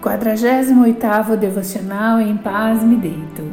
48º Devocional Em Paz Me Deito.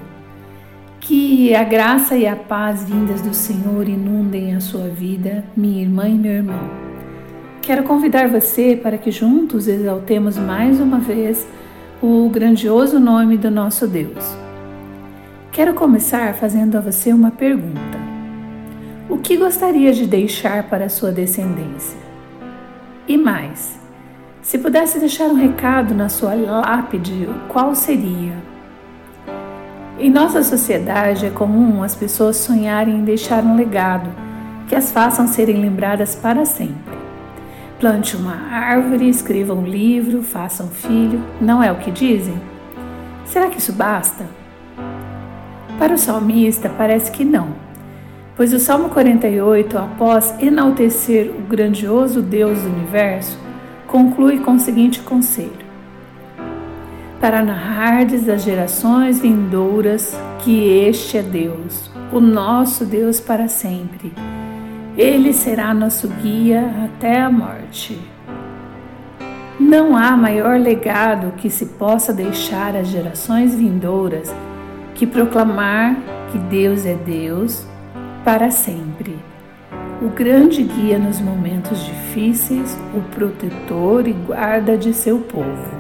Que a graça e a paz vindas do Senhor inundem a sua vida, minha irmã e meu irmão. Quero convidar você para que juntos exaltemos mais uma vez o grandioso nome do nosso Deus. Quero começar fazendo a você uma pergunta. O que gostaria de deixar para a sua descendência? E mais, se pudesse deixar um recado na sua lápide, qual seria? Em nossa sociedade é comum as pessoas sonharem em deixar um legado que as façam serem lembradas para sempre. Plante uma árvore, escreva um livro, faça um filho, não é o que dizem? Será que isso basta? Para o salmista parece que não, pois o Salmo 48, após enaltecer o grandioso Deus do universo, conclui com o seguinte conselho: para narrardes às gerações vindouras que este é Deus, o nosso Deus para sempre. Ele será nosso guia até a morte. Não há maior legado que se possa deixar às gerações vindouras que proclamar que Deus é Deus para sempre. O grande guia nos momentos difíceis, o protetor e guarda de seu povo.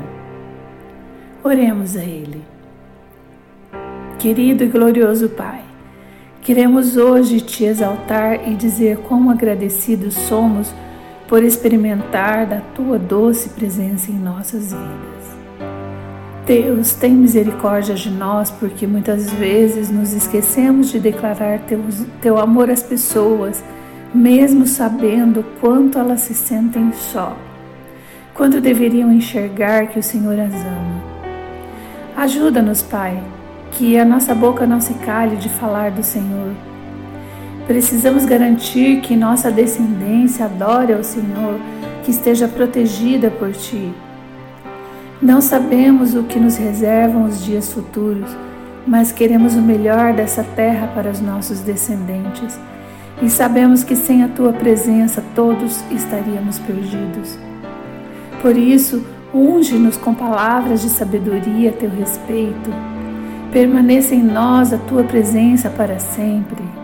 Oremos a Ele. Querido e glorioso Pai, queremos hoje Te exaltar e dizer quão agradecidos somos por experimentar da Tua doce presença em nossas vidas. Deus, tem misericórdia de nós, porque muitas vezes nos esquecemos de declarar Teu amor às pessoas, mesmo sabendo quanto elas se sentem só, quando deveriam enxergar que o Senhor as ama. Ajuda-nos, Pai, que a nossa boca não se cale de falar do Senhor. Precisamos garantir que nossa descendência adore ao Senhor, que esteja protegida por Ti. Não sabemos o que nos reservam os dias futuros, mas queremos o melhor dessa terra para os nossos descendentes. E sabemos que sem a Tua presença todos estaríamos perdidos. Por isso, unge-nos com palavras de sabedoria a Teu respeito. Permaneça em nós a Tua presença para sempre.